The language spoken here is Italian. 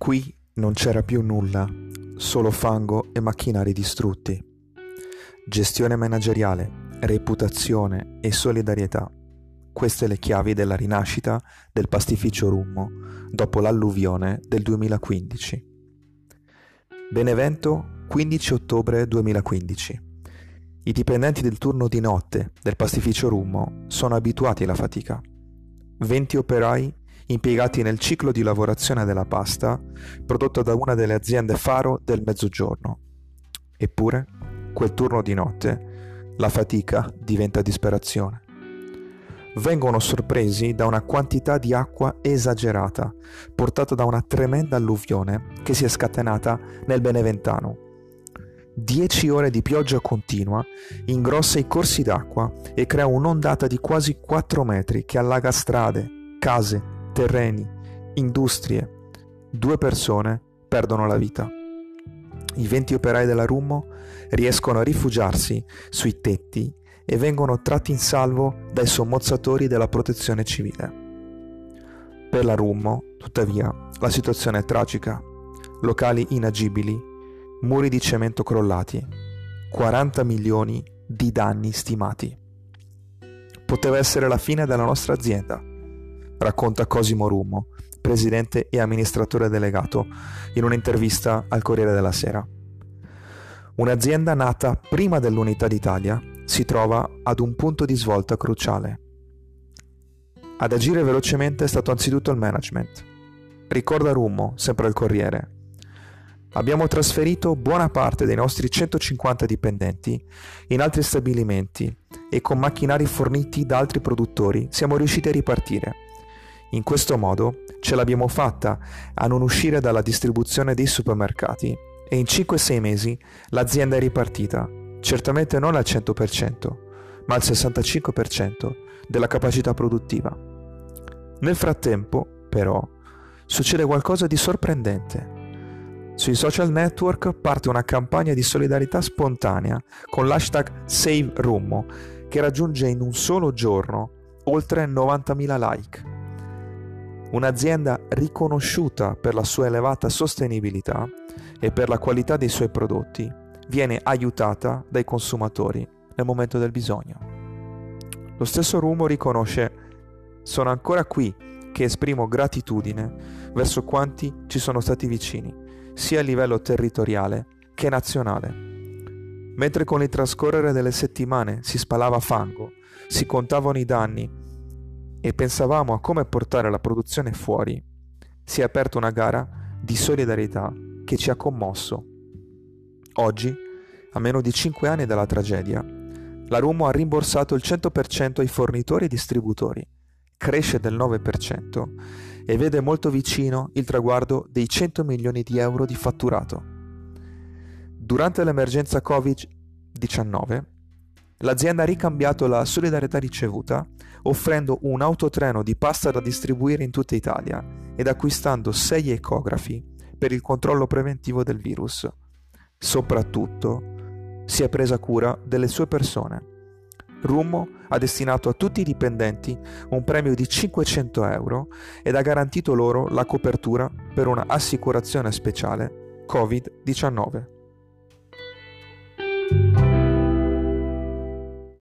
Qui non c'era più nulla, solo fango e macchinari distrutti. Gestione manageriale, reputazione e solidarietà. Queste le chiavi della rinascita del pastificio Rummo dopo l'alluvione del 2015. Benevento, 15 ottobre 2015. I dipendenti del turno di notte del pastificio Rummo sono abituati alla fatica. 20 operai impiegati nel ciclo di lavorazione della pasta prodotta da una delle aziende faro del Mezzogiorno. Eppure, quel turno di notte, la fatica diventa disperazione. Vengono sorpresi da una quantità di acqua esagerata, portata da una tremenda alluvione che si è scatenata nel Beneventano. 10 ore di pioggia continua ingrossa i corsi d'acqua e crea un'ondata di quasi 4 metri che allaga strade, case, terreni, industrie. 2 persone perdono la vita. I 20 operai della Rummo riescono a rifugiarsi sui tetti e vengono tratti in salvo dai sommozzatori della protezione civile. Per la Rummo, tuttavia, la situazione è tragica. Locali inagibili, muri di cemento crollati, 40 milioni di danni stimati. Poteva essere la fine della nostra azienda, racconta Cosimo Rummo, presidente e amministratore delegato, in un'intervista al Corriere della Sera. Un'azienda nata prima dell'Unità d'Italia si trova ad un punto di svolta cruciale. Ad agire velocemente è stato anzitutto il management. Ricorda Rummo, sempre al Corriere. Abbiamo trasferito buona parte dei nostri 150 dipendenti in altri stabilimenti e con macchinari forniti da altri produttori siamo riusciti a ripartire. In questo modo ce l'abbiamo fatta a non uscire dalla distribuzione dei supermercati e in 5-6 mesi l'azienda è ripartita, certamente non al 100%, ma al 65% della capacità produttiva. Nel frattempo, però, succede qualcosa di sorprendente. Sui social network parte una campagna di solidarietà spontanea con l'hashtag #SaveRummo che raggiunge in un solo giorno oltre 90.000 like. Un'azienda riconosciuta per la sua elevata sostenibilità e per la qualità dei suoi prodotti viene aiutata dai consumatori nel momento del bisogno. Lo stesso Rummo riconosce: sono ancora qui che esprimo gratitudine verso quanti ci sono stati vicini, sia a livello territoriale che nazionale. Mentre con il trascorrere delle settimane si spalava fango, si contavano i danni e pensavamo a come portare la produzione fuori, si è aperta una gara di solidarietà che ci ha commosso. Oggi, a meno di 5 anni dalla tragedia, la Rummo ha rimborsato il 100% ai fornitori e distributori, cresce del 9% e vede molto vicino il traguardo dei 100 milioni di euro di fatturato. Durante l'emergenza Covid-19, l'azienda ha ricambiato la solidarietà ricevuta offrendo un autotreno di pasta da distribuire in tutta Italia ed acquistando 6 ecografi per il controllo preventivo del virus. Soprattutto si è presa cura delle sue persone. Rummo ha destinato a tutti i dipendenti un premio di 500 euro ed ha garantito loro la copertura per una assicurazione speciale Covid-19.